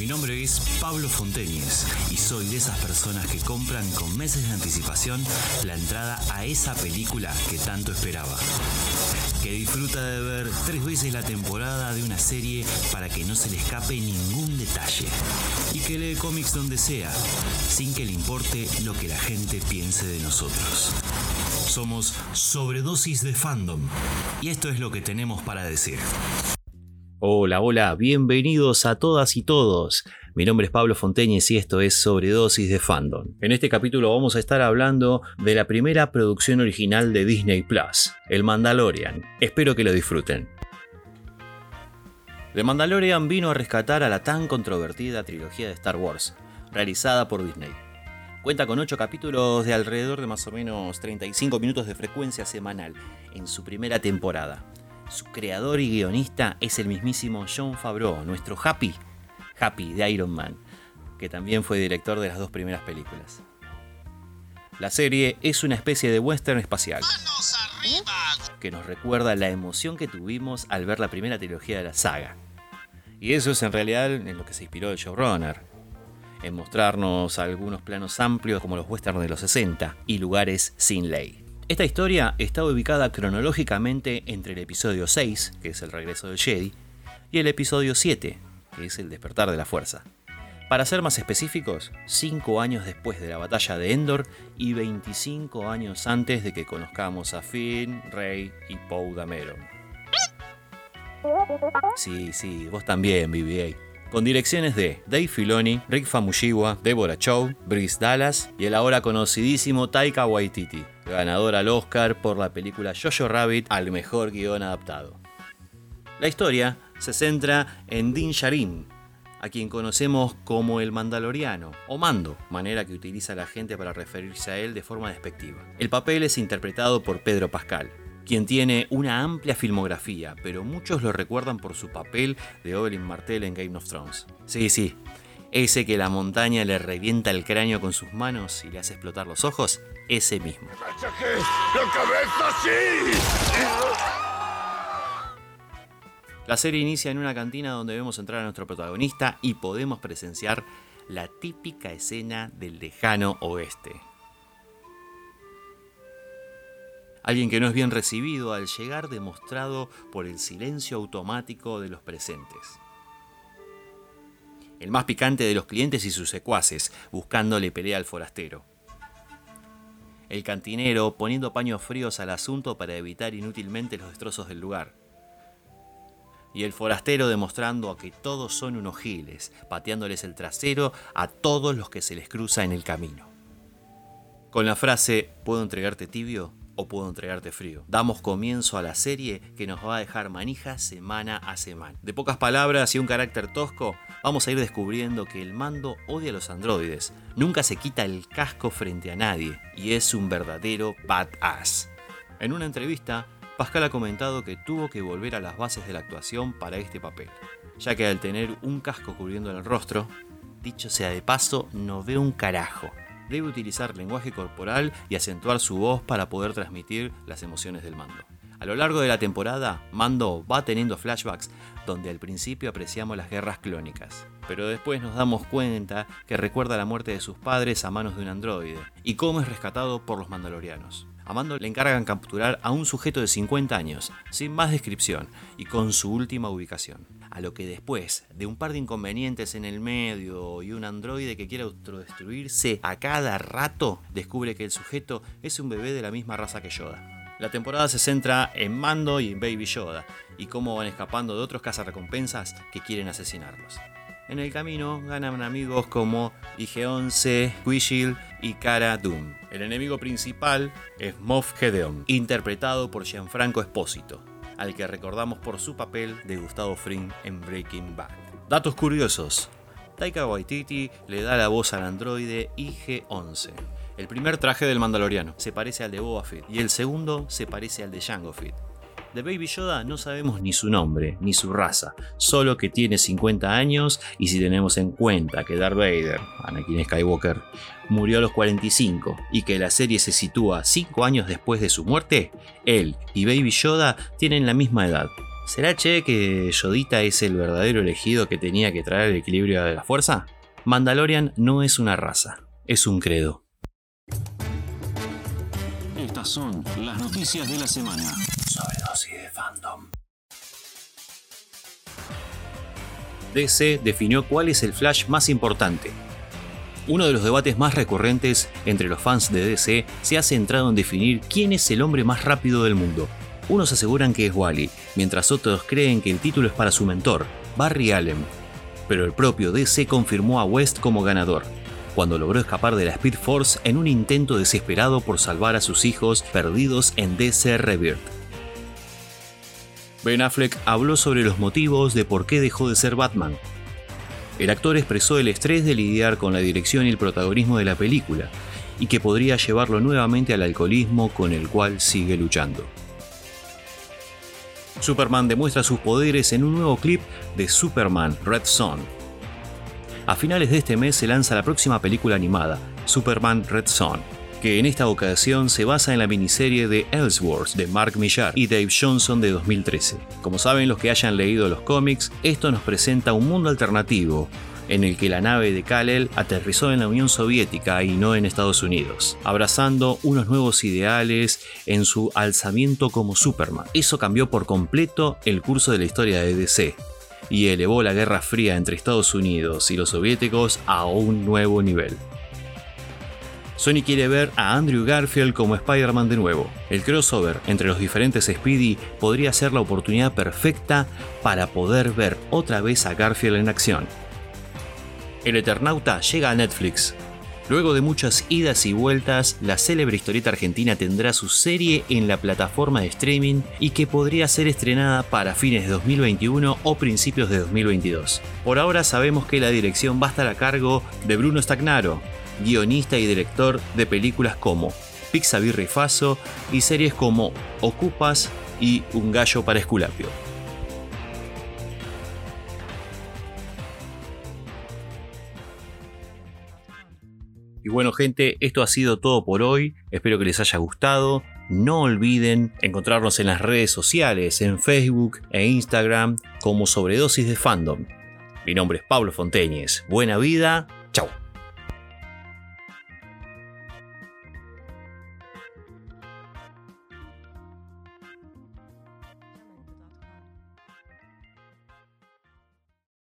Mi nombre es Pablo Fonteñez y soy de esas personas que compran con meses de anticipación la entrada a esa película que tanto esperaba. Que disfruta de ver 3 veces la temporada de una serie para que no se le escape ningún detalle. Y que lee cómics donde sea, sin que le importe lo que la gente piense de nosotros. Somos Sobredosis de Fandom y esto es lo que tenemos para decir. Hola, bienvenidos a todas y todos. Mi nombre es Pablo Fonteñez y esto es Sobredosis de Fandom. En este capítulo vamos a estar hablando de la primera producción original de Disney Plus, El Mandalorian. Espero que lo disfruten. The Mandalorian vino a rescatar a la tan controvertida trilogía de Star Wars, realizada por Disney. Cuenta con 8 capítulos de alrededor de más o menos 35 minutos de frecuencia semanal en su primera temporada. Su creador y guionista es el mismísimo Jon Favreau, nuestro Happy de Iron Man, que también fue director de las 2 primeras películas. La serie es una especie de western espacial, que nos recuerda la emoción que tuvimos al ver la primera trilogía de la saga. Y eso es en realidad en lo que se inspiró el showrunner, en mostrarnos algunos planos amplios como los westerns de los 60 y lugares sin ley. Esta historia está ubicada cronológicamente entre el episodio 6, que es el regreso del Jedi, y el episodio 7, que es el despertar de la fuerza. Para ser más específicos, 5 años después de la batalla de Endor y 25 años antes de que conozcamos a Finn, Rey y Poe Dameron. Sí, vos también, BB-8. Con direcciones de Dave Filoni, Rick Famuyiwa, Deborah Chow, Bryce Dallas y el ahora conocidísimo Taika Waititi, ganador al Oscar por la película Jojo Rabbit al mejor guión adaptado. La historia se centra en Din Djarin, a quien conocemos como el Mandaloriano, o Mando, manera que utiliza la gente para referirse a él de forma despectiva. El papel es interpretado por Pedro Pascal, quien tiene una amplia filmografía, pero muchos lo recuerdan por su papel de Oberyn Martell en Game of Thrones. Sí, ese que la montaña le revienta el cráneo con sus manos y le hace explotar los ojos, ese mismo. ¡La cabeza sí! La serie inicia en una cantina donde vemos entrar a nuestro protagonista y podemos presenciar la típica escena del lejano oeste. Alguien que no es bien recibido al llegar, demostrado por el silencio automático de los presentes. El más picante de los clientes y sus secuaces, buscándole pelea al forastero. El cantinero poniendo paños fríos al asunto para evitar inútilmente los destrozos del lugar. Y el forastero demostrando que todos son unos giles, pateándoles el trasero a todos los que se les cruza en el camino. Con la frase, ¿puedo entregarte tibio o puedo entregarte frío?, damos comienzo a la serie que nos va a dejar manijas semana a semana. De pocas palabras y un carácter tosco, vamos a ir descubriendo que el Mando odia a los androides, nunca se quita el casco frente a nadie y es un verdadero badass. En una entrevista, Pascal ha comentado que tuvo que volver a las bases de la actuación para este papel, ya que al tener un casco cubriendo el rostro, dicho sea de paso, no ve un carajo. Debe utilizar lenguaje corporal y acentuar su voz para poder transmitir las emociones del Mando. A lo largo de la temporada, Mando va teniendo flashbacks donde al principio apreciamos las guerras clónicas, pero después nos damos cuenta que recuerda la muerte de sus padres a manos de un androide y cómo es rescatado por los mandalorianos. A Mando le encargan capturar a un sujeto de 50 años, sin más descripción y con su última ubicación. A lo que después de un par de inconvenientes en el medio y un androide que quiere autodestruirse a cada rato, descubre que el sujeto es un bebé de la misma raza que Yoda. La temporada se centra en Mando y en Baby Yoda y cómo van escapando de otros cazarrecompensas que quieren asesinarlos. En el camino ganan amigos como IG-11, Quishil y Cara Dune. El enemigo principal es Moff Gideon, interpretado por Gianfranco Esposito, al que recordamos por su papel de Gustavo Fring en Breaking Bad. Datos curiosos. Taika Waititi le da la voz al androide IG-11. El primer traje del Mandaloriano se parece al de Boba Fett y el segundo se parece al de Jango Fett. De Baby Yoda no sabemos ni su nombre ni su raza, solo que tiene 50 años y si tenemos en cuenta que Darth Vader, Anakin Skywalker, murió a los 45 y que la serie se sitúa 5 años después de su muerte, él y Baby Yoda tienen la misma edad, ¿Será, che, que Yodita es el verdadero elegido que tenía que traer el equilibrio de la fuerza? Mandalorian no es una raza, es un credo. Estas son las noticias de la semana. Sobredosis de fandom. DC definió cuál es el Flash más importante. Uno de los debates más recurrentes entre los fans de DC se ha centrado en definir quién es el hombre más rápido del mundo. Unos aseguran que es Wally, mientras otros creen que el título es para su mentor, Barry Allen. Pero el propio DC confirmó a West como ganador, cuando logró escapar de la Speed Force en un intento desesperado por salvar a sus hijos perdidos en DC Rebirth. Ben Affleck habló sobre los motivos de por qué dejó de ser Batman. El actor expresó el estrés de lidiar con la dirección y el protagonismo de la película, y que podría llevarlo nuevamente al alcoholismo con el cual sigue luchando. Superman demuestra sus poderes en un nuevo clip de Superman Red Son. A finales de este mes se lanza la próxima película animada, Superman Red Son, que en esta ocasión se basa en la miniserie de Elseworlds de Mark Millar y Dave Johnson de 2013. Como saben los que hayan leído los cómics, esto nos presenta un mundo alternativo, en el que la nave de Kal-El aterrizó en la Unión Soviética y no en Estados Unidos, abrazando unos nuevos ideales en su alzamiento como Superman. Eso cambió por completo el curso de la historia de DC, y elevó la Guerra Fría entre Estados Unidos y los soviéticos a un nuevo nivel. Sony quiere ver a Andrew Garfield como Spider-Man de nuevo. El crossover entre los diferentes Speedy podría ser la oportunidad perfecta para poder ver otra vez a Garfield en acción. El Eternauta llega a Netflix. Luego de muchas idas y vueltas, la célebre historieta argentina tendrá su serie en la plataforma de streaming y que podría ser estrenada para fines de 2021 o principios de 2022. Por ahora sabemos que la dirección va a estar a cargo de Bruno Stagnaro, guionista y director de películas como Pixabirra y Faso y series como Ocupas y Un gallo para Esculapio. Y bueno, gente, esto ha sido todo por hoy. Espero que les haya gustado. No olviden encontrarnos en las redes sociales, en Facebook e Instagram como Sobredosis de Fandom. Mi nombre es Pablo Fonteñez. Buena vida. Chau.